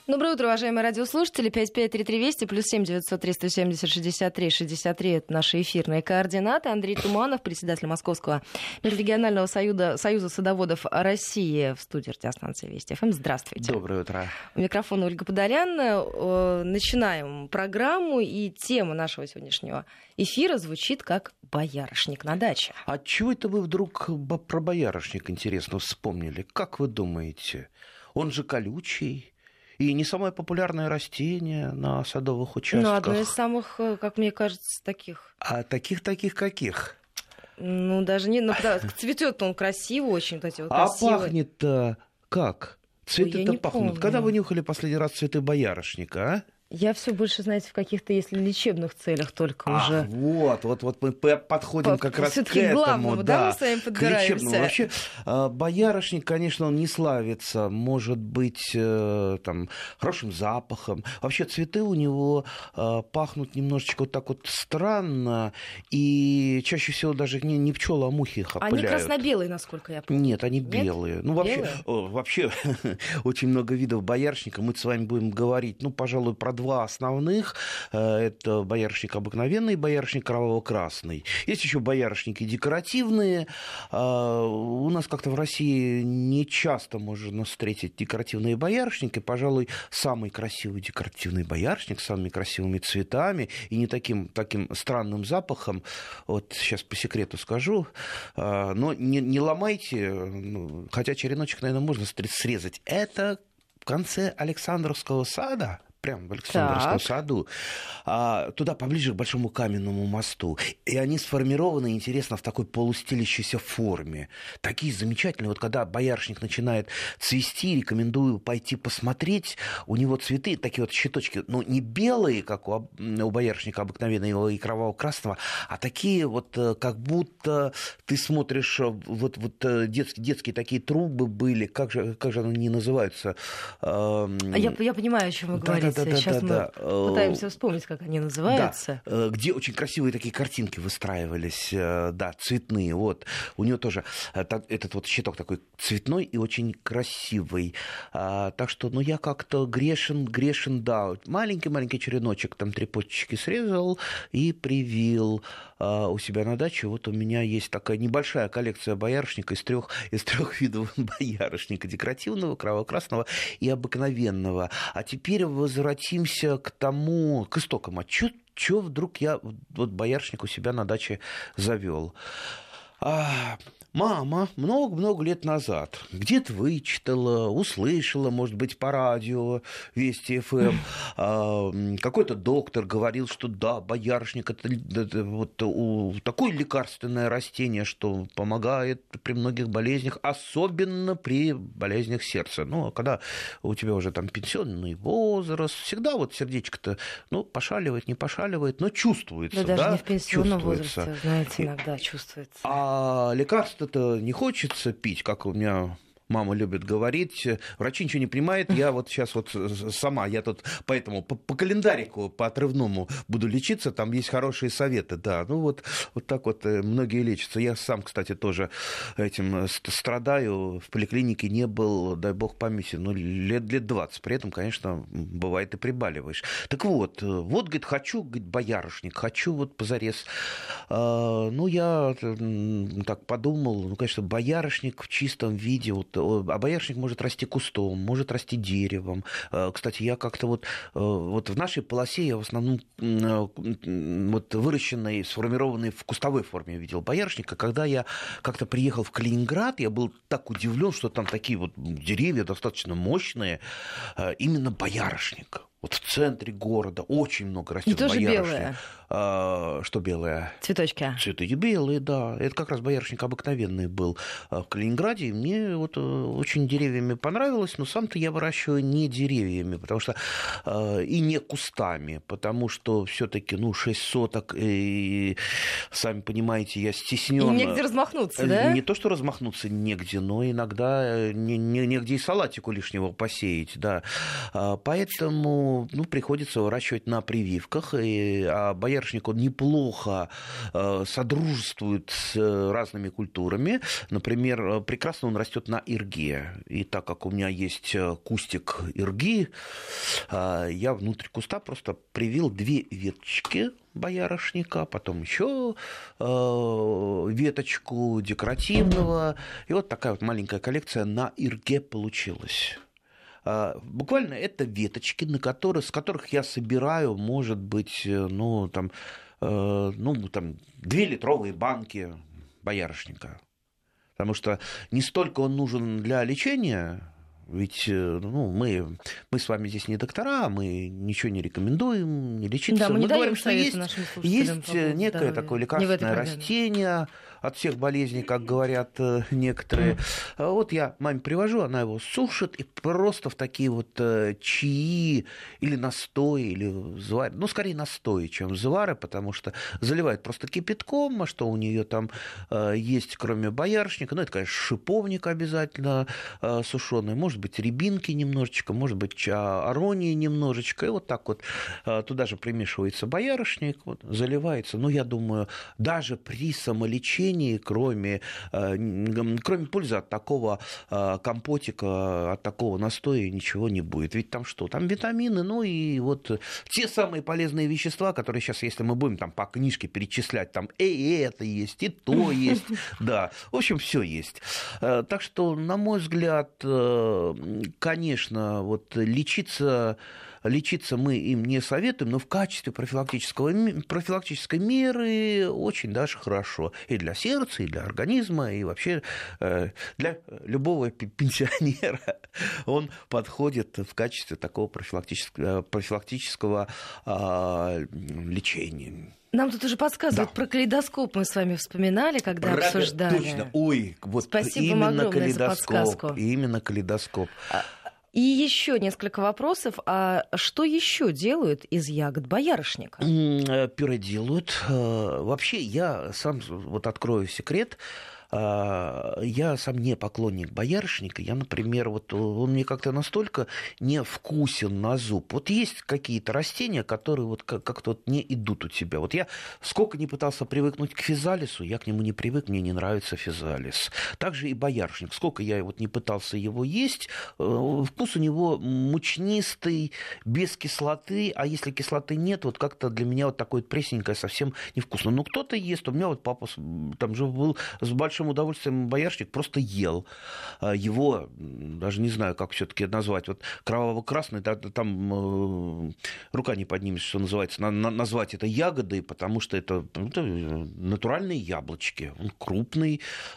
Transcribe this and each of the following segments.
Доброе утро, уважаемые радиослушатели. 553320 плюс 7-903-170-63-63. Это наши эфирные координаты. Андрей Туманов, председатель Московского межрегионального союза садоводов России в студии радиостанции Вести ФМ. Здравствуйте. Доброе утро. У микрофона Ольга Подолян. Начинаем программу, и тема нашего сегодняшнего эфира звучит как «Боярышник на даче». А чего это вы вдруг про боярышник, интересно, вспомнили? Как вы думаете? Он же колючий. И не самое популярное растение на садовых участках. Ну, одно из самых, как мне кажется, таких. А таких каких? Ну, даже не... Ну, цветет он красиво очень, вот эти вот а красивые. Пахнет-то как? Цветы-то пахнут. Помню. Когда вы нюхали последний раз цветы боярышника, а? Я все больше, знаете, в каких-то, если лечебных целях только уже. Вот мы подходим как раз к этому. Главному, да, мы с вами подбираемся. Вообще, боярышник, конечно, он не славится, может быть, там, хорошим запахом. Вообще, цветы у него пахнут немножечко вот так вот странно, и чаще всего даже не пчелы, а мухи их опыляют. Они красно-белые, насколько я помню. Нет, они белые. Ну, вообще, очень много видов боярышника. Мы с вами будем говорить, пожалуй, про два основных. Это боярышник обыкновенный и боярышник кроваво-красный. Есть еще боярышники декоративные. У нас как-то в России не часто можно встретить декоративные боярышники. Пожалуй, самый красивый декоративный боярышник с самыми красивыми цветами и не таким странным запахом. Вот сейчас по секрету скажу. Но не ломайте, хотя череночек, наверное, можно срезать. Это в конце Александровского сада, прямо в Александровском саду, туда поближе к Большому каменному мосту. И они сформированы, интересно, в такой полустилящейся форме. Такие замечательные. Вот когда боярышник начинает цвести, рекомендую пойти посмотреть. У него цветы, такие вот щиточки, не белые, как у боярышника обыкновенного и кроваво-красного, а такие вот, как будто ты смотришь, вот детские такие трубы были, как же они называются? Я понимаю, о чем вы говорите. Сейчас мы пытаемся вспомнить, как они называются. Да, где очень красивые такие картинки выстраивались, цветные. Вот. У него тоже этот вот щиток такой цветной и очень красивый. Так что, я как-то грешен, да. Маленький череночек, там 3 почечки срезал и привил у себя на даче. Вот у меня есть такая небольшая коллекция боярышника из трех видов боярышника: декоративного, кроваво-красного и обыкновенного. А теперь возвратимся к истокам. А чё вдруг я вот боярышник у себя на даче завел? Мама много-много лет назад где-то вычитала, услышала, может быть, по радио Вести ФМ. Какой-то доктор говорил, что да, боярышник это вот такое лекарственное растение, что помогает при многих болезнях, особенно при болезнях сердца. А когда у тебя уже там пенсионный возраст, всегда вот сердечко-то, пошаливает, не пошаливает, но чувствуется. Да, даже не в пенсионном возрасте, знаете, иногда чувствуется. А лекарство это не хочется пить, как у меня мама любит говорить. Врачи ничего не принимают. Я вот сейчас сама, я тут поэтому по календарику, по отрывному буду лечиться. Там есть хорошие советы, да. Вот так вот многие лечатся. Я сам, кстати, тоже этим страдаю. В поликлинике не был, дай бог памяти, лет 20. При этом, конечно, бывает и прибаливаешь. Так вот, говорит, хочу, боярышник, хочу вот позарез. Я так подумал, конечно, боярышник в чистом виде, а боярышник может расти кустом, может расти деревом. Кстати, я как-то вот в нашей полосе я в основном выращенный, сформированный в кустовой форме видел боярышника. Когда я как-то приехал в Калининград, я был так удивлен, что там такие вот деревья достаточно мощные, именно боярышник. Вот в центре города очень много растет боярышник. И тоже белое. Что белое? Цветочки. Цветы белые, да. Это как раз боярышник обыкновенный был в Калининграде. И мне очень деревьями понравилось, но сам-то я выращиваю не деревьями, потому что и не кустами, потому что все-таки 6 соток, и сами понимаете, я стеснен. И негде размахнуться, да? Не то, что размахнуться негде, но иногда негде и салатику лишнего посеять, да. Поэтому поэтому приходится выращивать на прививках. А боярышник, он неплохо содружествует с разными культурами. Например, прекрасно он растет на ирге. И так как у меня есть кустик ирги, я внутрь куста просто привил 2 веточки боярышника, потом еще веточку декоративного. И вот такая вот маленькая коллекция на ирге получилась. Буквально это веточки, с которых я собираю, может быть, 2-литровые банки боярышника. Потому что не столько он нужен для лечения, ведь мы с вами здесь не доктора, мы ничего не рекомендуем, не лечиться. Да, мы не говорим, что есть некое такое лекарственное растение от всех болезней, как говорят некоторые. Вот я маме привожу, она его сушит и просто в такие вот чаи или настои, или завары, скорее настои, чем завары, потому что заливает просто кипятком, а что у нее там есть, кроме боярышника, это, конечно, шиповник обязательно сушеный, может быть, рябинки немножечко, может быть, аронии немножечко, и вот так вот туда же примешивается боярышник, заливается. Я думаю, даже при самолечении, кроме пользы от такого компотика, от такого настоя ничего не будет. Ведь там что? Там витамины, и вот те самые полезные вещества, которые сейчас, если мы будем там по книжке перечислять, там и это есть, и то есть, да, в общем, все есть. Так что, на мой взгляд, конечно, лечиться мы им не советуем, но в качестве профилактической меры очень даже хорошо. И для сердца, и для организма, и вообще для любого пенсионера он подходит в качестве такого профилактического лечения. Нам тут уже подсказывают про калейдоскоп, мы с вами вспоминали, когда обсуждали. Точно, Спасибо вам огромное за подсказку. Именно калейдоскоп. И еще несколько вопросов. А что еще делают из ягод боярышника? Пюре делают. Вообще, я сам открою секрет. Я сам не поклонник боярышника. Я, например, он мне как-то настолько не вкусен на зуб. Есть какие-то растения, которые как-то не идут у тебя. Я сколько не пытался привыкнуть к физалису, я к нему не привык, мне не нравится физалис. Также и боярышник. Сколько я не пытался его есть, вкус у него мучнистый, без кислоты, а если кислоты нет, как-то для меня такое пресненькое совсем невкусно. Но кто-то ест. У меня папа там же был с большим удовольствием боярышник, просто ел его, даже не знаю, как все-таки назвать, кроваво-красный, там рука не поднимется, что называется, назвать это ягодой, потому что это натуральные яблочки, он крупный,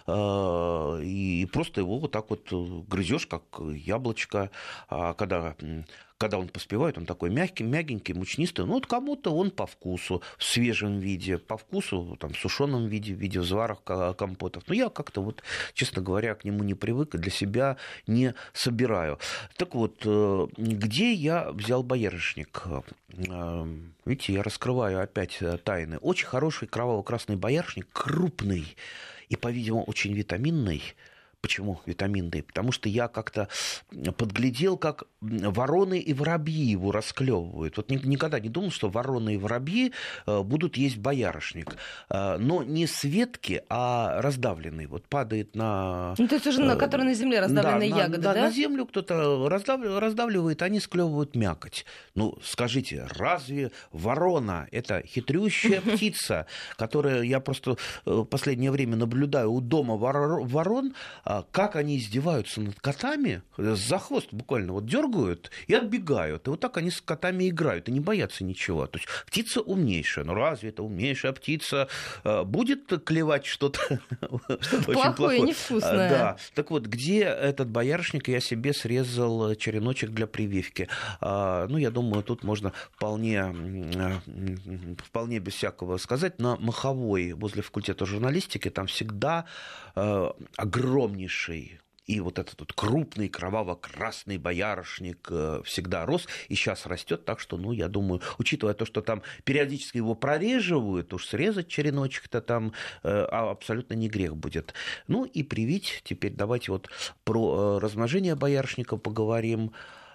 и просто его так грызешь, как яблочко, когда он поспевает, он такой мягенький, мучнистый. Кому-то он по вкусу, в свежем виде, по вкусу, в сушеном виде, в виде взваров, компотов. Но я как-то, честно говоря, к нему не привык и для себя не собираю. Так вот, где я взял боярышник? Видите, я раскрываю опять тайны. Очень хороший кроваво-красный боярышник, крупный и, по-видимому, очень витаминный. Почему витаминный? Потому что я как-то подглядел, как вороны и воробьи его расклевывают. Никогда не думал, что вороны и воробьи будут есть боярышник. Но не с ветки, а раздавленный. Падает на... то есть уже который на земле раздавленные ягоды, да? На землю кто-то раздавливает, они склевывают мякоть. Скажите, разве ворона — это хитрющая птица, которая, я просто в последнее время наблюдаю у дома ворон, как они издеваются над котами, за хвост буквально дергают и отбегают. И так они с котами играют и не боятся ничего. То есть птица умнейшая. Но разве эта умнейшая птица будет клевать что-то очень плохое, невкусное? Да. Так где этот боярышник я себе срезал череночек для прививки? Я думаю, тут можно вполне без всякого сказать. На Маховой, возле факультета журналистики, там всегда огромнейший и этот крупный кроваво-красный боярышник всегда рос, и сейчас растет, так что, я думаю, учитывая то, что там периодически его прореживают, уж срезать череночек-то там абсолютно не грех будет. И привить, теперь давайте про размножение боярышника поговорим.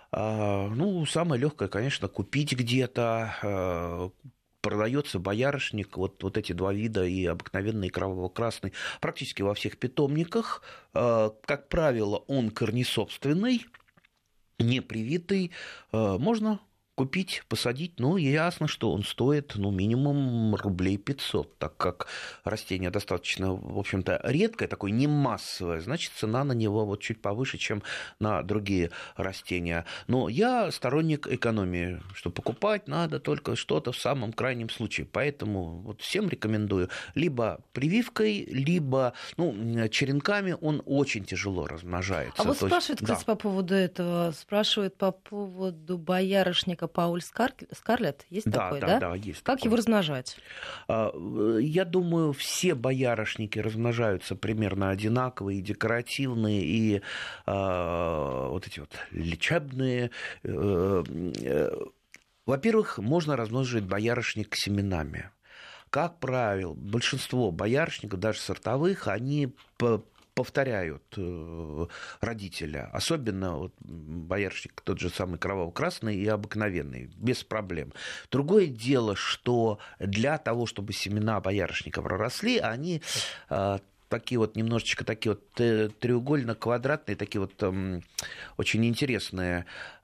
Ну, самое легкое, конечно, купить где-то. Продается боярышник, вот эти два вида, и обыкновенный, и кроваво-красный, практически во всех питомниках. Как правило, он корнесобственный, не привитый. Можно купить, посадить, но ясно, что он стоит, минимум рублей 500, так как растение достаточно, в общем-то, редкое, такое не массовое, значит, цена на него вот чуть повыше, чем на другие растения. Но я сторонник экономии, что покупать надо только что-то в самом крайнем случае, поэтому вот всем рекомендую либо прививкой, либо, черенками он очень тяжело размножается. А вот спрашивают, кстати, по поводу этого, спрашивают по поводу боярышника Пауль Скарлетт, есть такой, да? Да, есть. Как его размножать? Я думаю, все боярышники размножаются примерно одинаковые, и декоративные, и вот эти вот лечебные. Во-первых, можно размножить боярышник семенами. Как правило, большинство боярышников, даже сортовых, они повторяют родителя. Особенно вот боярышник тот же самый кроваво-красный и обыкновенный, без проблем. Другое дело, что для того, чтобы семена боярышника проросли, они такие вот немножечко такие вот треугольно-квадратные, такие вот очень интересные,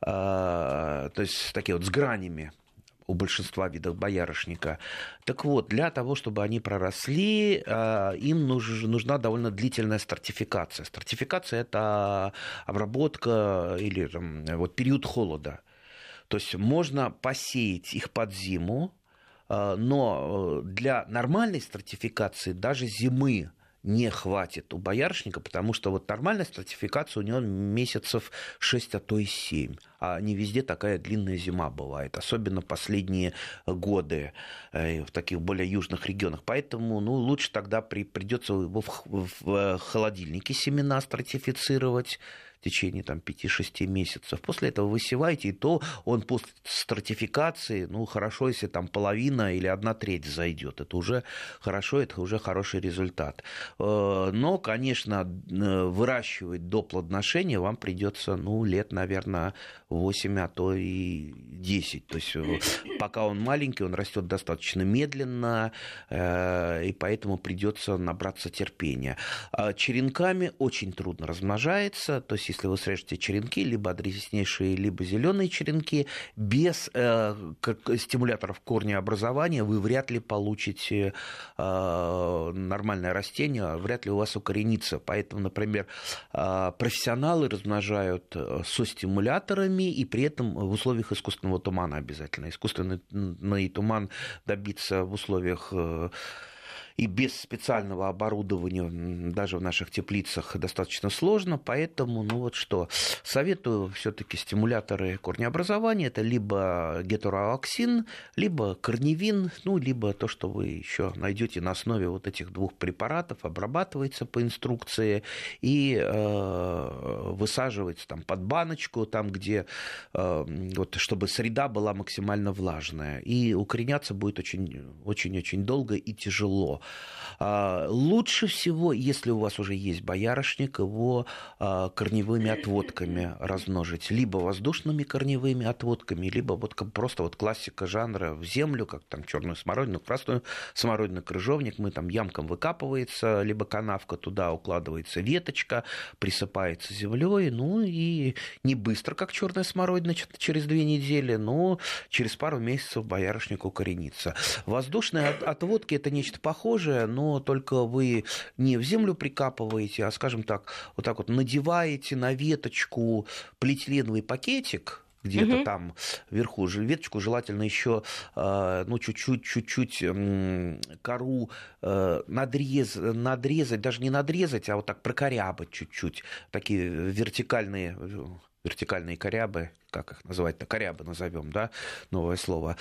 то есть такие вот с гранями у большинства видов боярышника. Так вот, для того, чтобы они проросли, им нужна довольно длительная стратификация. Стратификация – это обработка или вот период холода. То есть можно посеять их под зиму, но для нормальной стратификации даже зимы не хватит у боярышника, потому что вот нормальная стратификация у него месяцев 6, а то и 7. А не везде такая длинная зима бывает, особенно последние годы в таких более южных регионах. Поэтому лучше тогда придется его в холодильнике семена стратифицировать в течение 5-6 месяцев. После этого высеваете, и то он после стратификации, хорошо, если половина или 1/3 зайдет. Это уже хорошо, это уже хороший результат. Но, конечно, выращивать до плодоношения вам придется, лет, наверное, 8, а то и 10. То есть пока он маленький, он растет достаточно медленно, и поэтому придется набраться терпения. Черенками очень трудно размножается, то есть если вы срежете черенки, либо одреснейшие, либо зеленые черенки, без стимуляторов корнеобразования вы вряд ли получите нормальное растение, вряд ли у вас укоренится. Поэтому, например, профессионалы размножают со стимуляторами и при этом в условиях искусственного тумана обязательно. Искусственный туман добиться в условиях и без специального оборудования даже в наших теплицах достаточно сложно, поэтому, советую все-таки стимуляторы корнеобразования, это либо гетероаксин, либо корневин, либо то, что вы еще найдете на основе вот этих двух препаратов, обрабатывается по инструкции и высаживается под баночку, там, где, чтобы среда была максимально влажная, и укореняться будет очень-очень долго и тяжело. Лучше всего, если у вас уже есть боярышник, его корневыми отводками размножить. Либо воздушными корневыми отводками, либо просто классика жанра в землю, как черную смородину, красную смородину, крыжовник. Ямком выкапывается, либо канавка, туда укладывается веточка, присыпается землей, и не быстро, как черная смородина, через 2 недели, но через пару месяцев боярышник укоренится. Воздушные отводки – это нечто похожее, но только вы не в землю прикапываете, а, скажем так, надеваете на веточку полиэтиленовый пакетик, где-то там вверху веточку, желательно еще чуть-чуть кору надрезать, даже не надрезать, а прокорябать чуть-чуть, такие вертикальные корябы, как их называть-то, корябы назовем, да, новое слово,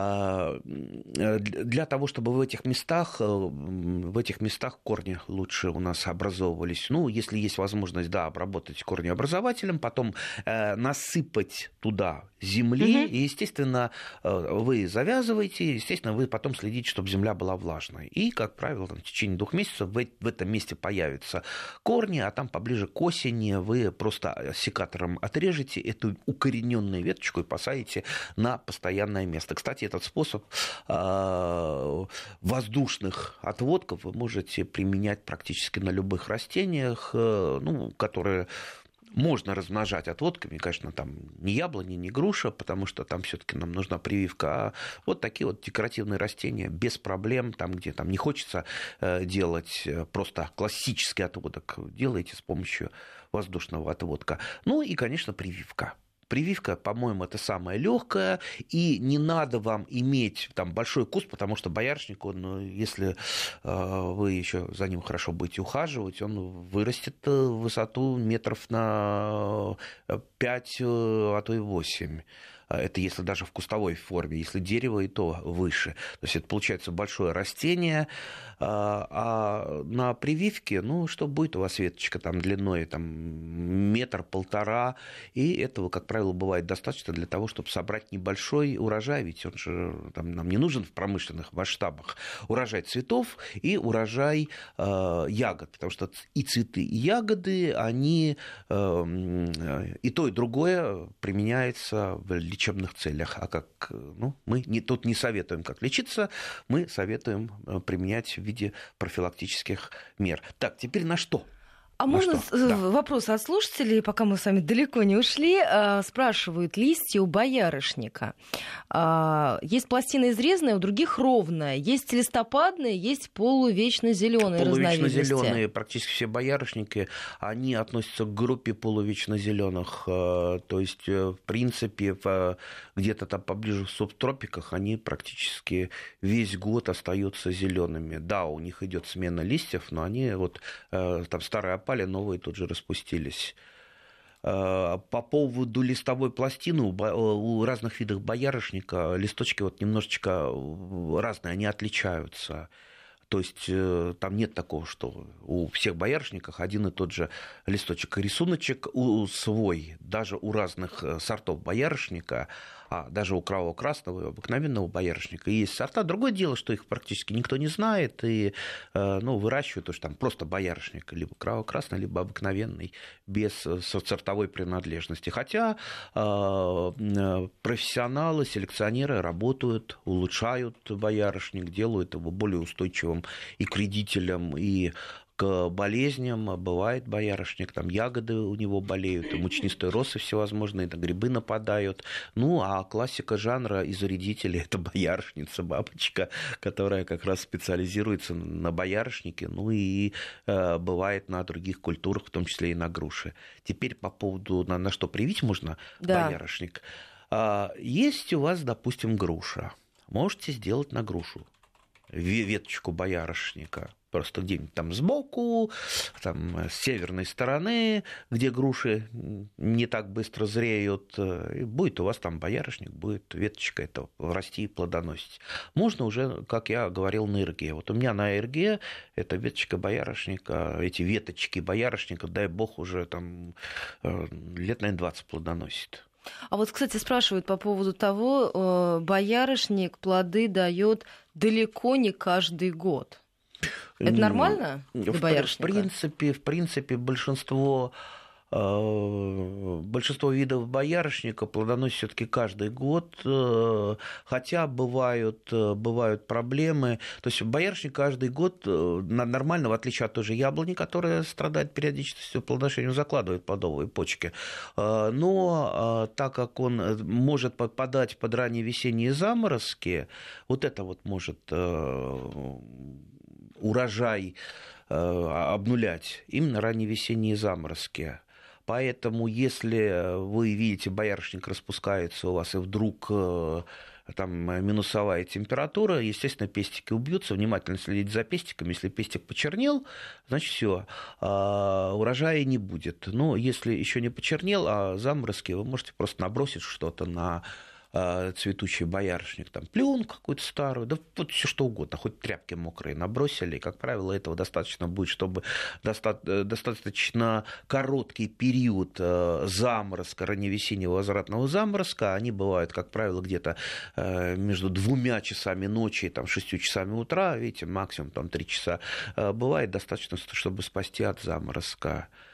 для того, чтобы в этих местах корни лучше у нас образовывались. Если есть возможность, обработать корнеобразователем, потом насыпать туда земли, и, естественно, вы завязываете, естественно, вы потом следите, чтобы земля была влажной. И, как правило, в течение 2 месяцев в этом месте появятся корни, а там поближе к осени вы просто секатором отрежете эту укоренение укорененную веточку и посадите на постоянное место. Кстати, этот способ воздушных отводков вы можете применять практически на любых растениях, которые можно размножать отводками, конечно, там не яблони, не груша, потому что там все-таки нам нужна прививка, а вот такие вот декоративные растения без проблем, там, где там не хочется делать просто классический отводок, делайте с помощью воздушного отводка. Ну и, конечно, прививка. Прививка, по-моему, это самое легкое, и не надо вам иметь там большой куст, потому что боярышник, он, если вы еще за ним хорошо будете ухаживать, он вырастет в высоту метров на 5, а то и 8. Это если даже в кустовой форме, если дерево, и то выше. То есть это получается большое растение, а на прививке, что будет у вас веточка там длиной там, 1-1,5 метра, и этого, как правило, бывает достаточно для того, чтобы собрать небольшой урожай, ведь он же там, нам не нужен в промышленных масштабах. Урожай цветов и урожай ягод, потому что и цветы, и ягоды, они и то, и другое применяется в лечебных целях. А как мы тут не советуем, как лечиться, мы советуем применять в виде профилактических мер. Так, теперь на что? Можно вопрос от слушателей, пока мы с вами далеко не ушли? Спрашивают, листья у боярышника. Есть пластина изрезанная, у других ровная. Есть листопадные, есть полувечно зеленые разновидности. Полувечно-зеленые, практически все боярышники, они относятся к группе полувечно зеленых. То есть, в принципе, где-то там поближе в субтропиках они практически весь год остаются зелеными. Да, у них идет смена листьев, но они там старые опали, новые тут же распустились. По поводу листовой пластины, у разных видов боярышника листочки немножечко разные, они отличаются. То есть там нет такого, что у всех боярышников один и тот же листочек. Рисуночек свой, даже у разных сортов боярышника, даже у кроваво-красного и обыкновенного боярышника есть сорта. Другое дело, что их практически никто не знает, и выращивают уж там просто боярышник, либо кроваво-красный, либо обыкновенный, без сортовой принадлежности. Хотя профессионалы, селекционеры работают, улучшают боярышник, делают его более устойчивым и к вредителям, и к болезням. Бывает боярышник, там ягоды у него болеют, и мучнистые росы всевозможные, на грибы нападают. А классика жанра из вредителей — это боярышница, бабочка, которая как раз специализируется на боярышнике, и бывает на других культурах, в том числе и на груши. Теперь по поводу, на что привить можно боярышник. Есть у вас, допустим, груша. Можете сделать на грушу веточку боярышника. Просто где-нибудь там сбоку, там, с северной стороны, где груши не так быстро зреют, и будет у вас там боярышник, будет веточка этого расти и плодоносить. Можно уже, как я говорил, на эрге. У меня на эрге эта веточка боярышника, эти веточки боярышника, дай бог, уже там лет, наверное, 20 плодоносит. Кстати, спрашивают по поводу того, боярышник плоды дает далеко не каждый год. Это нормально для боярышника? В принципе, большинство видов боярышника плодоносят все-таки каждый год, хотя бывают проблемы. То есть боярышник каждый год нормально, в отличие от той же яблони, которая страдает периодичностью плодоношения, закладывает плодовые почки. Но так как он может подпадать под ранние весенние заморозки, это может урожай обнулять именно ранние весенние заморозки. Поэтому, если вы видите, боярышник распускается у вас, и вдруг там минусовая температура, естественно, пестики убьются. Внимательно следить за пестиком. Если пестик почернел, значит, все, урожая не будет. Но если еще не почернел, а заморозки, вы можете просто набросить что-то на цветущий боярышник, там, пленку какую-то старую, все что угодно, хоть тряпки мокрые набросили, и, как правило, этого достаточно будет, чтобы достаточно короткий период заморозка, ранневесеннего возвратного заморозка, они бывают, как правило, где-то между 2 часами ночи и 6 часами утра, видите, максимум 3 часа, бывает достаточно, чтобы спасти от заморозка.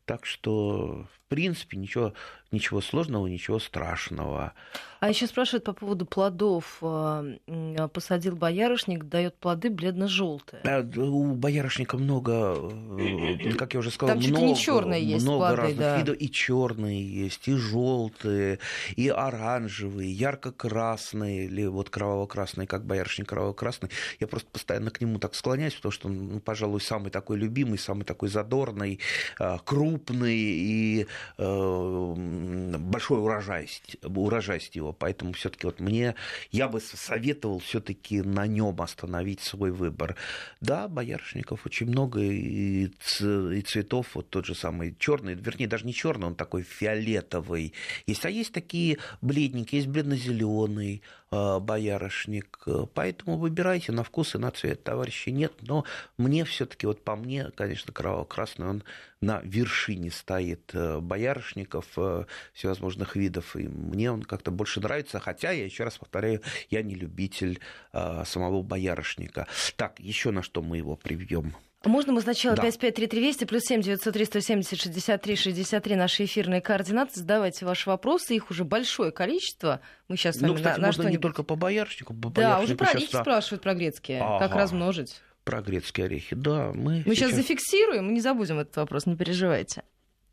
Так что, в принципе, ничего сложного, ничего страшного. А еще спрашивают по поводу плодов. Посадил боярышник, дает плоды бледно-желтые. У боярышника много, как я уже сказал, там много, не черные есть много плоды, разных да. видов. И черные есть, и желтые, и оранжевые, ярко-красные, или вот кроваво-красные, как боярышник кроваво-красный. Я просто постоянно к нему так склоняюсь, потому что он, пожалуй, самый такой любимый, самый такой задорный, крупный и большой урожайность его. Поэтому все-таки вот я бы советовал все-таки на нем остановить свой выбор. Да, боярышников очень много, и цветов, вот тот же самый черный, вернее, даже не черный, он такой фиолетовый. Есть, а есть такие бледненькие, есть бледно-зеленый боярышник. Поэтому выбирайте на вкус и на цвет, товарищи. Нет, но мне все-таки, вот по мне, конечно, кроваво-красный, он на вершине стоит боярышников всевозможных видов, и мне он как-то больше нравится, хотя, я еще раз повторяю, я не любитель самого боярышника. Так, еще на что мы его привьем? Можно мы сначала да. 553320 +7 903 170 63 63 наши эфирные координаты, задавайте ваши вопросы, их уже большое количество. Мы сейчас с вами кстати, на можно что-нибудь... не только по боярышнику. Да, уже про орехи спрашивают, про грецкие, как размножить. Про грецкие орехи, да. Мы сейчас зафиксируем, не забудем этот вопрос, не переживайте.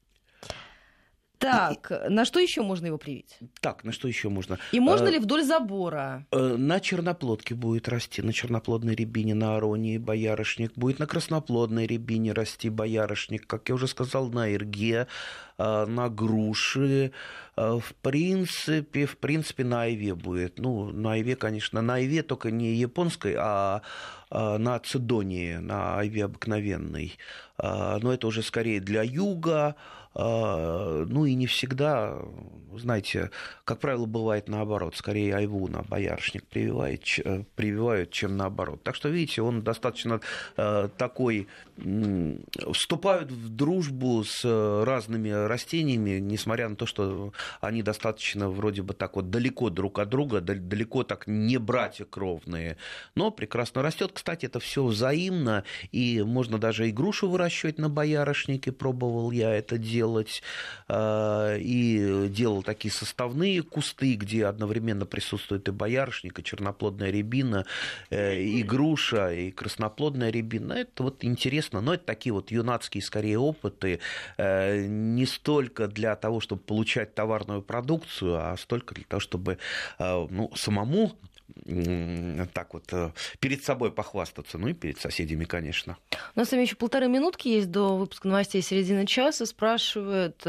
Так, на что еще можно его привить? Так, на что еще можно? И можно ли вдоль забора? На черноплодке будет расти, на черноплодной рябине, на аронии боярышник. Будет на красноплодной рябине расти боярышник. Как я уже сказал, на ирге, на груши. В принципе, на айве будет. Ну, на айве, конечно, на айве только не японской, а на цедонии, на айве обыкновенной. Но это уже скорее для юга. Ну и не всегда, знаете, как правило, бывает наоборот. Скорее айву на боярышник прививают, чем наоборот. Так что, видите, он достаточно такой... Вступают в дружбу с разными растениями, несмотря на то, что они достаточно вроде бы так вот далеко друг от друга, далеко так не братья кровные. Но прекрасно растет. Кстати, это все взаимно. И можно даже и грушу выращивать на боярышнике. Пробовал я это делать. И делал такие составные кусты, где одновременно присутствует и боярышник, и черноплодная рябина, и груша, и красноплодная рябина. Это вот интересно, но это такие вот юнацкие скорее опыты, не столько для того, чтобы получать товарную продукцию, а столько для того, чтобы самому так вот перед собой похвастаться, ну и перед соседями, конечно. У нас с вами еще 1,5 минутки есть до выпуска новостей середины часа. Спрашивают,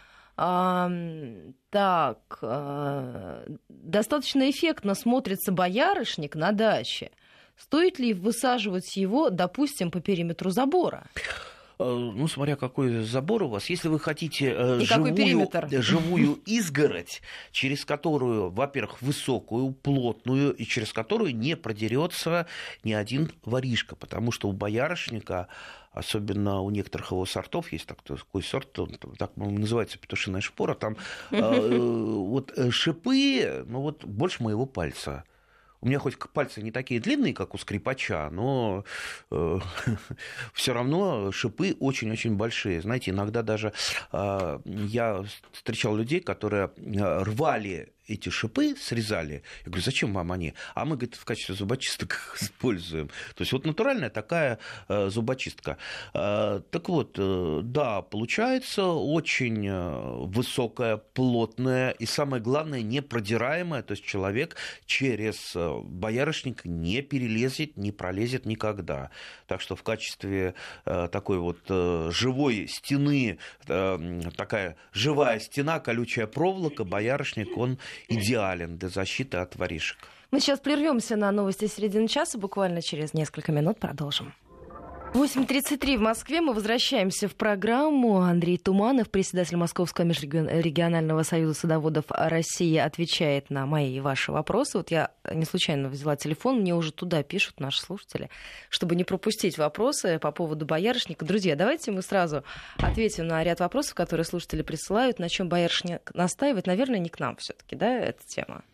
достаточно эффектно смотрится боярышник на даче. Стоит ли высаживать его, допустим, по периметру забора? Ну, смотря какой забор у вас. Если вы хотите живую изгородь, через которую, во-первых, высокую, плотную, и через которую не продерется ни один воришка, потому что у боярышника, особенно у некоторых его сортов, есть такой сорт, так называется петушиная шпора, там вот шипы, больше моего пальца. У меня хоть пальцы не такие длинные, как у скрипача, но все равно шипы очень-очень большие. Знаете, иногда даже я встречал людей, которые рвали эти шипы, срезали. Я говорю, зачем вам они? А мы, говорит, в качестве зубочисток используем. То есть вот натуральная такая зубочистка. Так вот, да, получается очень высокая, плотная и, самое главное, непродираемая. То есть человек через боярышник не перелезет, не пролезет никогда. Так что в качестве такой вот живой стены, такая живая стена, колючая проволока, боярышник, он идеален для защиты от воришек. Мы сейчас прервемся на новости середины часа, буквально через несколько минут продолжим. 8:33 в Москве. Мы возвращаемся в программу. Андрей Туманов, председатель Московского межрегионального союза садоводов России, отвечает на мои и ваши вопросы. Вот я не случайно взяла телефон, мне уже туда пишут наши слушатели, чтобы не пропустить вопросы по поводу боярышника. Друзья, давайте мы сразу ответим на ряд вопросов, которые слушатели присылают. На чем боярышник настаивает? Наверное, не к нам все-таки, да, эта тема?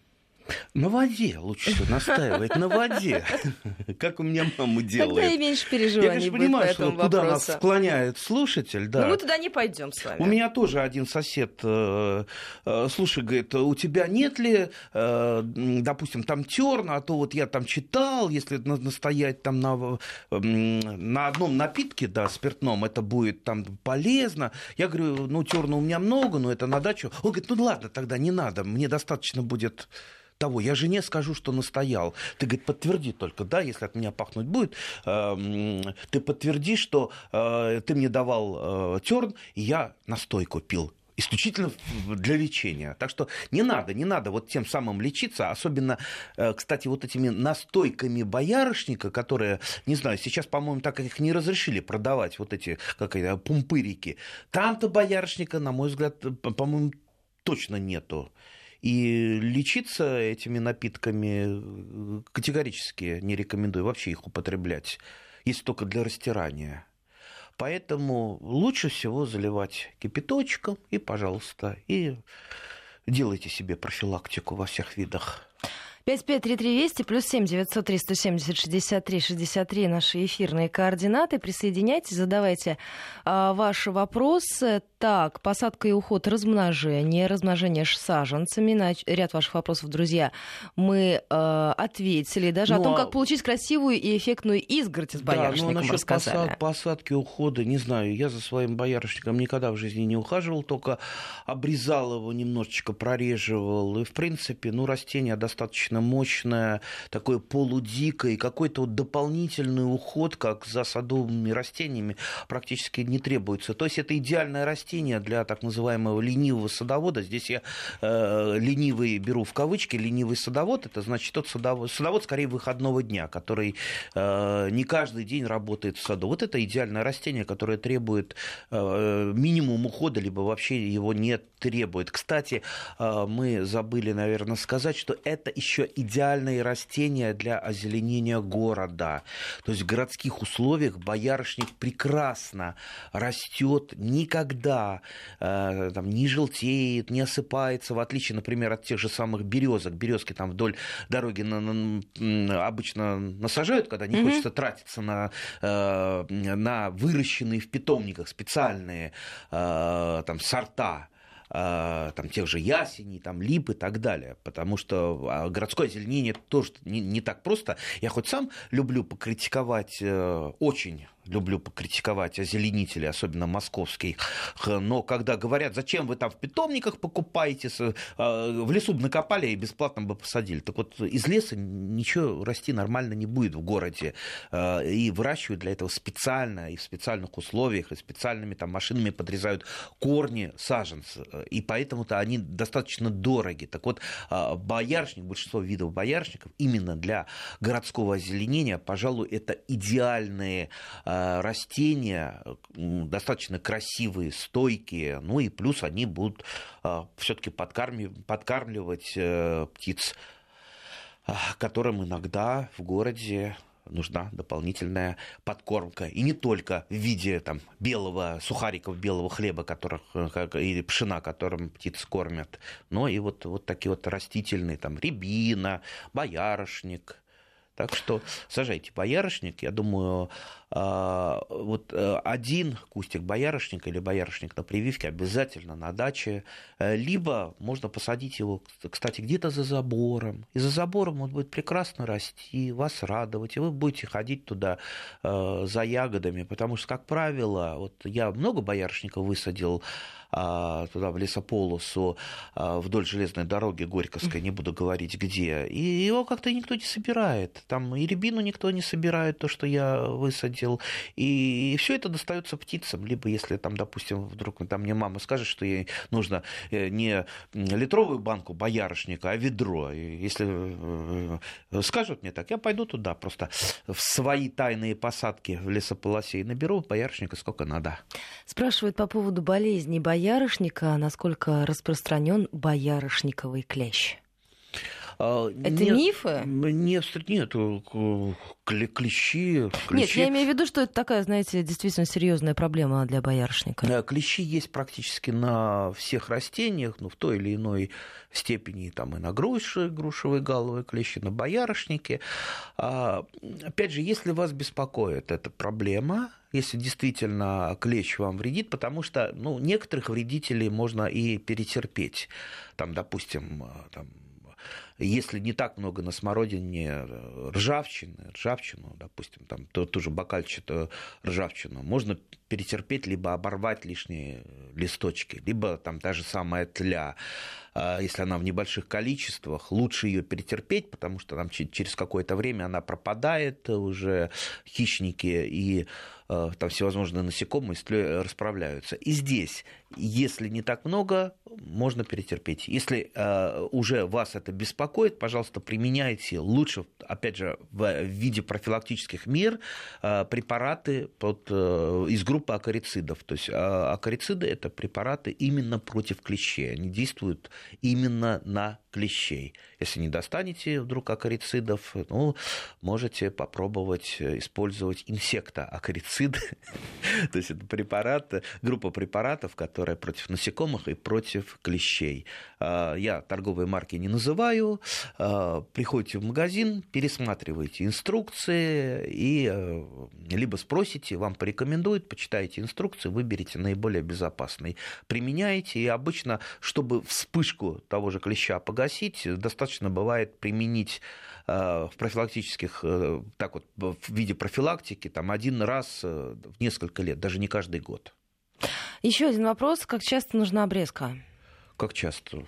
На воде лучше всего настаивать, на воде, как у меня мама делает. Тогда и меньше переживаний будет по этому вопросу. Я, конечно, понимаю, что куда нас склоняет слушатель. Да. Но мы туда не пойдем с вами. У меня тоже один сосед, слушай, говорит, у тебя нет ли, допустим, там терна, а то вот я там читал, если настоять там на одном напитке, да, спиртном, это будет там полезно. Я говорю, ну, терна у меня много, но это на дачу. Он говорит, ну, ладно, тогда не надо, мне достаточно будет того. Я жене скажу, что настоял. Ты, говорит, подтверди только, да, если от меня пахнуть будет, ты подтверди, что ты мне давал терн, и я настойку пил. Исключительно для лечения. Так что не надо вот тем самым лечиться. Особенно, кстати, вот этими настойками боярышника, которые, не знаю, сейчас, по-моему, так их не разрешили продавать, вот эти пумпырики. Там-то боярышника, на мой взгляд, по-моему, точно нету. И лечиться этими напитками категорически не рекомендую вообще их употреблять, если только для растирания. Поэтому лучше всего заливать кипяточком и, пожалуйста, и делайте себе профилактику во всех видах. 553320 +7 903 170 63 63 наши эфирные координаты. Присоединяйтесь, задавайте ваши вопросы. Так, посадка и уход размножения с саженцами. На ряд ваших вопросов, друзья, мы ответили. Даже о том, как получить красивую и эффектную изгородь из боярышника, рассказали. Насчет посадки, ухода, не знаю. Я за своим боярышником никогда в жизни не ухаживал, только обрезал его, немножечко прореживал. И, в принципе, растение достаточно мощное, такое полудикое, и какой-то вот дополнительный уход, как за садовыми растениями, практически не требуется. То есть это идеальное растение для так называемого ленивого садовода. Здесь я ленивый беру в кавычки, ленивый садовод, это значит тот садовод скорее выходного дня, который не каждый день работает в саду. Вот это идеальное растение, которое требует минимум ухода, либо вообще его не требует. Кстати, мы забыли, наверное, сказать, что это еще идеальные растения для озеленения города. То есть в городских условиях боярышник прекрасно растет, никогда не желтеет, не осыпается, в отличие, например, от тех же самых березок. Березки там вдоль дороги обычно насажают, когда не хочется тратиться на выращенные в питомниках специальные сорта. Тех же ясеней, лип и так далее. Потому что городское озеленение тоже не так просто. Я хоть сам люблю покритиковать, очень люблю покритиковать озеленителей, особенно московских, но когда говорят, зачем вы там в питомниках покупаете, в лесу бы накопали и бесплатно бы посадили. Так вот, из леса ничего расти нормально не будет в городе. И выращивают для этого специально, и в специальных условиях, и специальными машинами подрезают корни саженцев. И поэтому-то они достаточно дороги. Так вот, боярышник, большинство видов боярышников именно для городского озеленения, пожалуй, это идеальные растения, достаточно красивые, стойкие, и плюс они будут все-таки подкармливать птиц, которым иногда в городе нужна дополнительная подкормка. И не только в виде белого сухариков, белого хлеба, или пшена, которым птиц кормят, но и вот такие вот растительные, рябина, боярышник. Так что сажайте боярышник. Я думаю, один кустик боярышника или боярышник на прививке обязательно на даче. Либо можно посадить его, кстати, где-то за забором. И за забором он будет прекрасно расти, вас радовать. И вы будете ходить туда за ягодами. Потому что, как правило, я много боярышников высадил туда, в лесополосу, вдоль железной дороги Горьковской, не буду говорить где, и его как-то никто не собирает. Там и рябину никто не собирает, то, что я высадил, и все это достается птицам. Либо если, допустим, вдруг мне мама скажет, что ей нужно не литровую банку боярышника, а ведро. И если скажут мне так, я пойду туда просто в свои тайные посадки в лесополосе и наберу боярышника сколько надо. Спрашивают по поводу болезни боярышника, насколько распространен боярышниковый клещ. Это мифы? Нет, клещи. Нет, я имею в виду, что это такая, знаете, действительно серьезная проблема для боярышника. Клещи есть практически на всех растениях, в той или иной степени, там и на груши, грушевые галовые клещи, на боярышнике. Опять же, если вас беспокоит эта проблема, если действительно клещ вам вредит, потому что некоторых вредителей можно и перетерпеть. Там, допустим, если не так много на смородине ржавчину, допустим, там ту же бокальчатую ржавчину, можно перетерпеть, либо оборвать лишние листочки, либо там та же самая тля. Если она в небольших количествах, лучше ее перетерпеть, потому что там через какое-то время она пропадает, уже хищники и там всевозможные насекомые расправляются. И здесь, если не так много, можно перетерпеть. Если уже вас это беспокоит, пожалуйста, применяйте лучше, опять же, в виде профилактических мер препараты из группы акарицидов. То есть акарициды – это препараты именно против клещей. Они действуют именно на клещей. Если не достанете вдруг акарицидов, можете попробовать использовать инсектоакарицид. То есть это группа препаратов, которая против насекомых и против клещей. Я торговые марки не называю. Приходите в магазин, пересматриваете инструкции и либо спросите, вам порекомендуют, почитаете инструкции, выберите наиболее безопасный. Применяете, и обычно, чтобы вспышку того же клеща погасить, достаточно бывает применить в профилактических, в виде профилактики, один раз в несколько лет, даже не каждый год. Еще один вопрос. Как часто нужна обрезка? Как часто?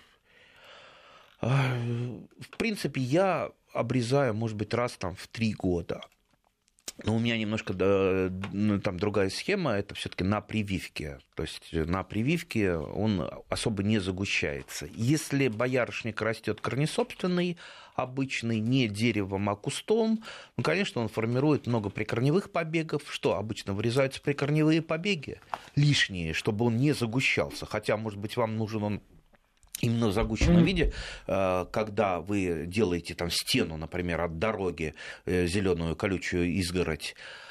В принципе, я обрезаю, может быть, раз в 3 года. Но у меня немножко другая схема, это все-таки на прививке. То есть на прививке он особо не загущается. Если боярышник растет корнесобственный, обычный, не деревом, а кустом, конечно, он формирует много прикорневых побегов. Что обычно вырезаются прикорневые побеги лишние, чтобы он не загущался. Хотя, может быть, вам нужен он именно в загущенном виде, когда вы делаете стену, например, от дороги, зеленую колючую изгородь.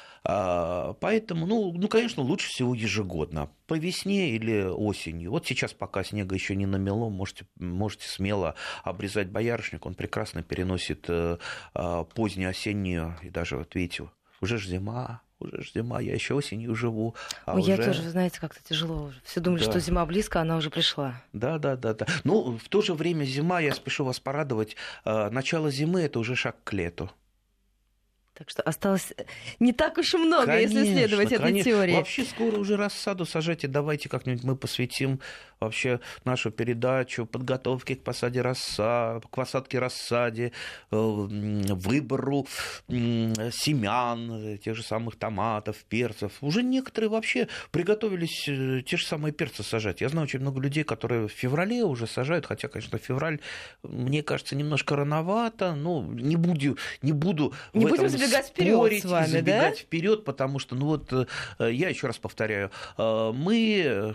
Поэтому, конечно, лучше всего ежегодно, по весне или осенью. Вот сейчас, пока снега еще не намело, можете смело обрезать боярышник, он прекрасно переносит позднюю осеннюю, и даже, видите, уже ж зима, я еще осенью живу. Я тоже, знаете, как-то тяжело уже. Все думали, что зима близко, она уже пришла. Да. В то же время зима, я спешу вас порадовать, начало зимы – это уже шаг к лету. Так что осталось не так уж и много, конечно, если следовать этой теории. Вообще скоро уже рассаду сажайте. Давайте как-нибудь мы посвятим вообще нашу передачу подготовке к посадке рассаде, выбору семян, тех же самых томатов, перцев. Уже некоторые вообще приготовились те же самые перцы сажать. Я знаю очень много людей, которые в феврале уже сажают, хотя, конечно, февраль, мне кажется, немножко рановато. Не буду в этом забегать вперед с вами, забегать вперед, потому что, я еще раз повторяю, мы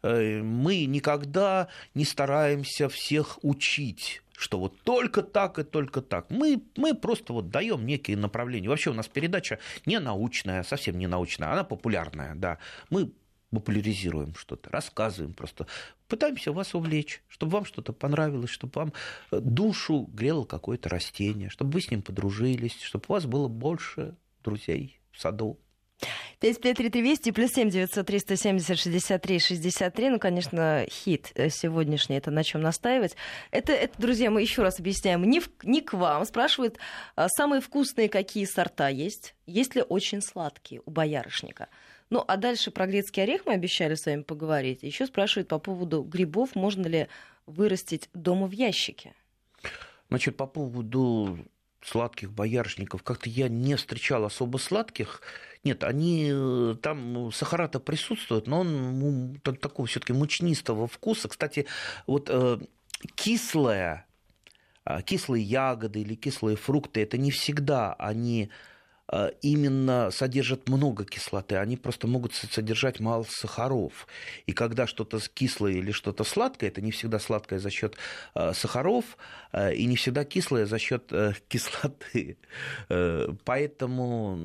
никогда не стараемся всех учить, что вот только так и только так. Мы просто даем некие направления. Вообще у нас передача не научная, совсем не научная, она популярная, да. Мы популяризируем что-то, рассказываем просто, пытаемся вас увлечь, чтобы вам что-то понравилось, чтобы вам душу грело какое-то растение, чтобы вы с ним подружились, чтобы у вас было больше друзей в саду. 553320 плюс 7 903 170 63 63. Конечно, хит сегодняшний, это на чем настаивать. Это, друзья, мы еще раз объясняем, не к вам. Спрашивают, самые вкусные какие сорта есть? Есть ли очень сладкие у боярышника? А дальше про грецкий орех мы обещали с вами поговорить. Еще спрашивают по поводу грибов, можно ли вырастить дома в ящике? Значит, по поводу сладких боярышников, как-то я не встречал особо сладких. Нет, там сахара-то присутствуют, но он такого все-таки мучнистого вкуса. Кстати, кислые ягоды или кислые фрукты, это не всегда они именно содержат много кислоты, они просто могут содержать мало сахаров. И когда что-то кислое или что-то сладкое, это не всегда сладкое за счет сахаров и не всегда кислое за счет кислоты. Поэтому,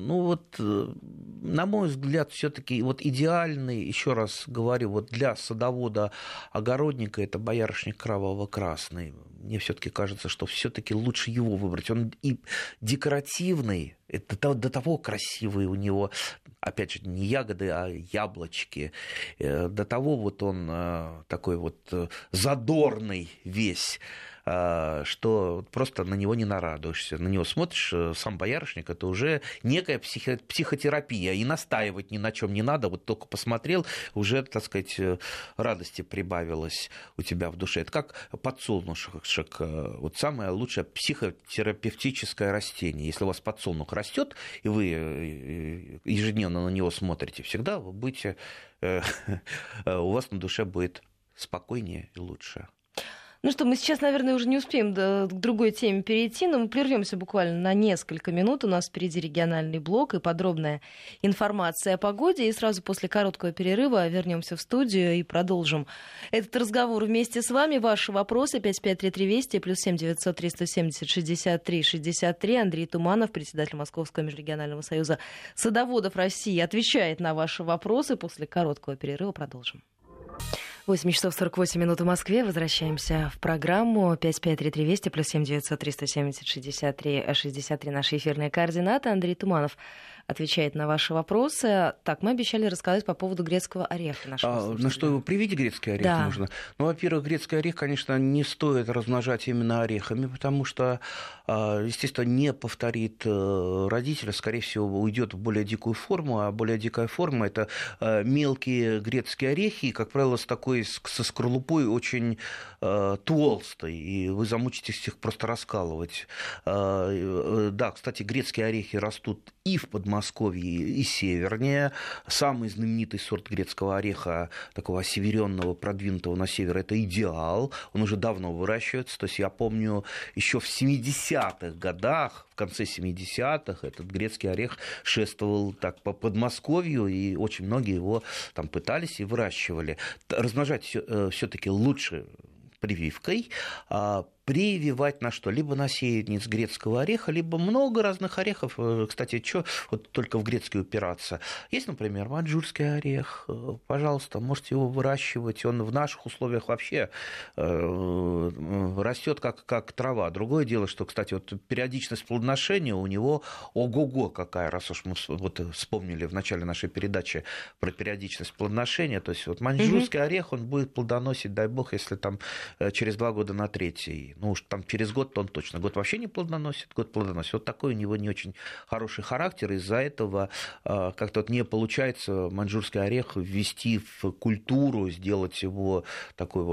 на мой взгляд, все-таки идеальный, еще раз говорю, для садовода-огородника это боярышник кроваво-красный. Мне все-таки кажется, что все-таки лучше его выбрать. Он и декоративный, это до того красивый у него, опять же, не ягоды, а яблочки. До того он такой задорный весь, что просто на него не нарадуешься. На него смотришь, сам боярышник, это уже некая психотерапия, и настаивать ни на чем не надо, только посмотрел, уже, так сказать, радости прибавилось у тебя в душе. Это как подсолнушек, самое лучшее психотерапевтическое растение. Если у вас подсолнух растет, и вы ежедневно на него смотрите, всегда вы будете, у вас на душе будет спокойнее и лучше. Ну что, мы сейчас, наверное, уже не успеем к другой теме перейти, но мы прервемся буквально на несколько минут. У нас впереди региональный блок и подробная информация о погоде. И сразу после короткого перерыва вернемся в студию и продолжим этот разговор вместе с вами. Ваши вопросы 553320 +7 900 370 63 63. Андрей Туманов, председатель Московского межрегионального союза садоводов России, отвечает на ваши вопросы. После короткого перерыва продолжим. 8 часов 48 минут в Москве. Возвращаемся в программу 553320 +7 900 370 63 63. Наши эфирные координаты. Андрей Туманов отвечает на ваши вопросы. Так, мы обещали рассказать по поводу грецкого ореха. На что его привить грецкий орех нужно? Во-первых, грецкий орех, конечно, не стоит размножать именно орехами, потому что, естественно, не повторит родителя, скорее всего, уйдет в более дикую форму, а более дикая форма – это мелкие грецкие орехи, как правило, со скорлупой очень толстой, и вы замучитесь их просто раскалывать. Да, кстати, грецкие орехи растут и в Подмосковье, и севернее. Самый знаменитый сорт грецкого ореха, такого осеверенного, продвинутого на север, это идеал. Он уже давно выращивается. То есть я помню, еще в 70-х годах, в конце 70-х, этот грецкий орех шествовал так по Подмосковью, и очень многие его там пытались и выращивали. Размножать все-таки лучше прививкой. Прививать на что? Либо на сеянец грецкого ореха, либо много разных орехов. Кстати, что только в грецкий упираться? Есть, например, маньчжурский орех. Пожалуйста, можете его выращивать. Он в наших условиях вообще растет как трава. Другое дело, что, кстати, периодичность плодоношения у него ого-го какая, раз уж мы вспомнили в начале нашей передачи про периодичность плодоношения. То есть маньчжурский орех, он будет плодоносить, дай бог, если там через 2 года на третий. Уж там через год, то он точно. Год вообще не плодоносит, год плодоносит. Такой у него не очень хороший характер. Из-за этого как-то не получается маньчжурский орех ввести в культуру, сделать его такой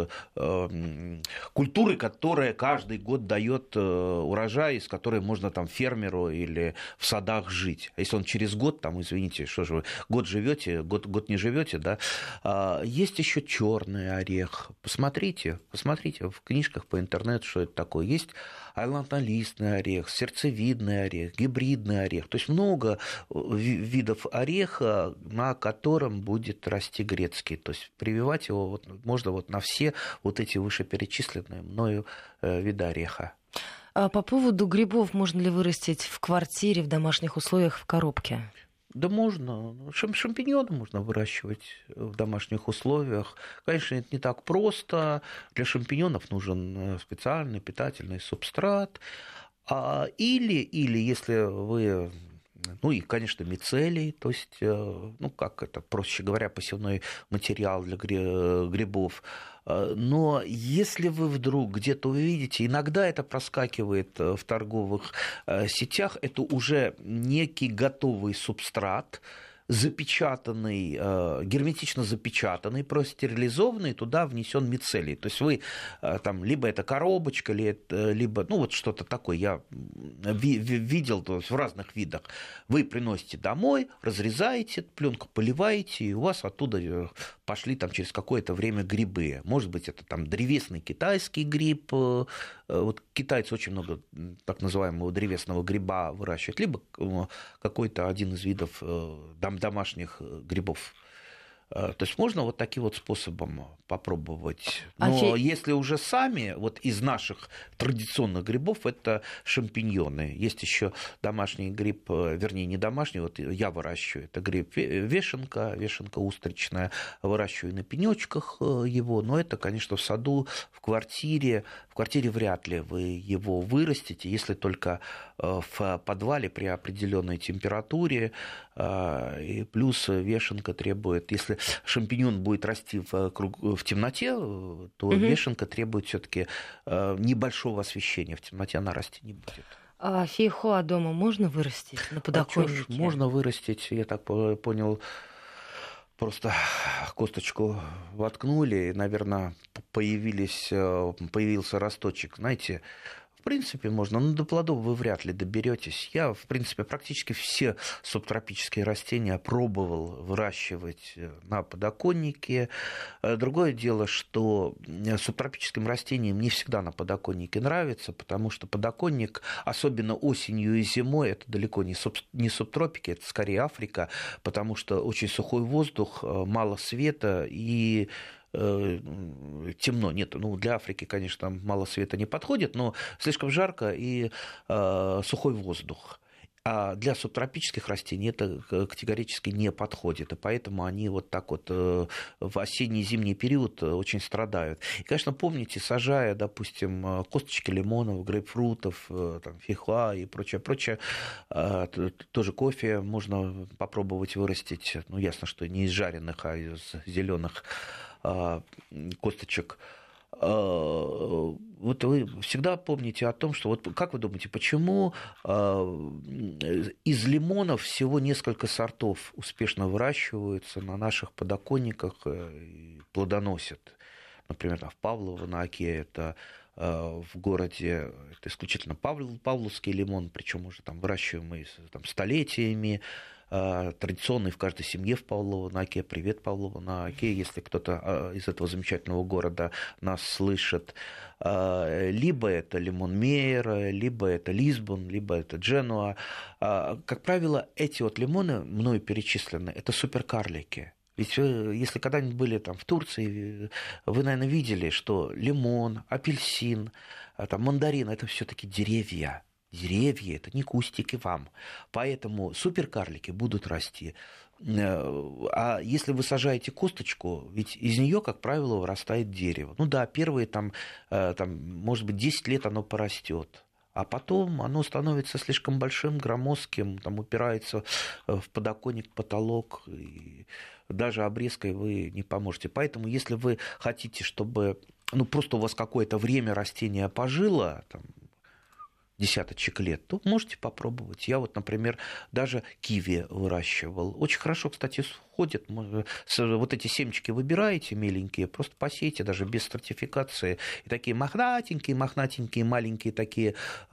культурой, которая каждый год дает урожай, из которой можно там фермеру или в садах жить. А если он через год, там, извините, что же вы, год живете, год не живете, да? Есть еще черный орех. Посмотрите в книжках по интернету, что это такое. Есть айлантолистный орех, сердцевидный орех, гибридный орех. То есть много видов ореха, на котором будет расти грецкий. То есть прививать его можно на все эти вышеперечисленные мною виды ореха. А по поводу грибов, можно ли вырастить в квартире, в домашних условиях, в коробке? Да можно. Шампиньоны можно выращивать в домашних условиях. Конечно, это не так просто. Для шампиньонов нужен специальный питательный субстрат. Или если вы... и, конечно, мицелий, то есть, проще говоря, посевной материал для грибов. Но если вы вдруг где-то увидите, иногда это проскакивает в торговых сетях, это уже некий готовый субстрат, запечатанный, герметично запечатанный, простерилизованный, туда внесен мицелий. То есть вы там либо это коробочка, либо что-то такое. Я видел в разных видах. Вы приносите домой, разрезаете пленку, поливаете, и у вас оттуда пошли там через какое-то время грибы. Может быть, это там древесный китайский гриб, вот китайцы очень много так называемого древесного гриба выращивают, либо какой-то один из видов домашних грибов. То есть можно вот таким вот способом попробовать. Но если уже сами, вот из наших традиционных грибов, это шампиньоны. Есть еще домашний гриб, вернее, не домашний, вот я выращиваю. Это гриб вешенка устричная. Выращиваю на пенечках его, но это, конечно, в саду, в квартире вряд ли вы его вырастите, если только в подвале при определенной температуре. И плюс вешенка требует, если шампиньон будет расти в темноте, то вешенка требует все-таки небольшого освещения. В темноте она расти не будет. А фейхоа дома можно вырастить на подоконнике? Можно вырастить, я так понял. Просто косточку воткнули, и, наверное, появился росточек. Знаете, в принципе, можно, но до плодов вы вряд ли доберетесь. Я, в принципе, практически все субтропические растения пробовал выращивать на подоконнике. Другое дело, что субтропическим растениям не всегда на подоконнике нравится, потому что подоконник, особенно осенью и зимой, это далеко не субтропики, это скорее Африка, потому что очень сухой воздух, мало света и темно. Нет, для Африки, конечно, мало света не подходит, но слишком жарко и сухой воздух. А для субтропических растений это категорически не подходит, и поэтому они вот так вот в осенний и зимний период очень страдают. И, конечно, помните, сажая, допустим, косточки лимонов, грейпфрутов, фейхоа и прочее, тоже кофе можно попробовать вырастить. Ясно, что не из жареных, а из зеленых косточек. Вот вы всегда помните о том, что вот как вы думаете, почему из лимонов всего несколько сортов успешно выращиваются на наших подоконниках и плодоносят? Например, в Павлово-на-Оке, это в городе, это исключительно павловский лимон, причем уже там выращиваемый столетиями, традиционный в каждой семье в Павлово-на-Оке. Привет, Павлово-на-Оке, если кто-то из этого замечательного города нас слышит. Либо это лимон Мейера, либо это Лисбон, либо это Дженуа. Как правило, эти вот лимоны, мною перечислены, это суперкарлики. Ведь вы, если когда-нибудь были в Турции, вы, наверное, видели, что лимон, апельсин, мандарин – это все-таки деревья. Деревья – это не кустики вам. Поэтому суперкарлики будут расти. А если вы сажаете косточку, ведь из нее, как правило, вырастает дерево. Первые, может быть, 10 лет оно порастет. А потом оно становится слишком большим, громоздким, упирается в подоконник, потолок, и даже обрезкой вы не поможете. Поэтому, если вы хотите, чтобы просто у вас какое-то время растение пожило, десяточек лет, то можете попробовать. Я например, даже киви выращивал. Очень хорошо, кстати, сходит. Вот эти семечки выбираете миленькие, просто посейте даже без стратификации. И такие мохнатенькие, маленькие такие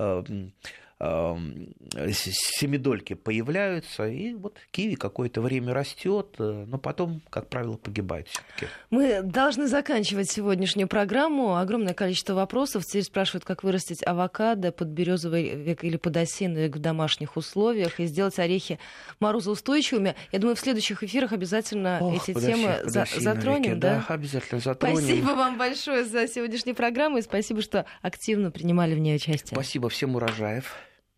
семидольки появляются, и вот киви какое-то время растет, но потом, как правило, погибает все-таки. Мы должны заканчивать сегодняшнюю программу. Огромное количество вопросов. Теперь спрашивают, как вырастить авокадо под березовый век или под осенний век в домашних условиях и сделать орехи морозоустойчивыми. Я думаю, в следующих эфирах обязательно эти темы затронем. Да, обязательно затронем. Спасибо вам большое за сегодняшнюю программу и спасибо, что активно принимали в ней участие. Спасибо, всем урожаев.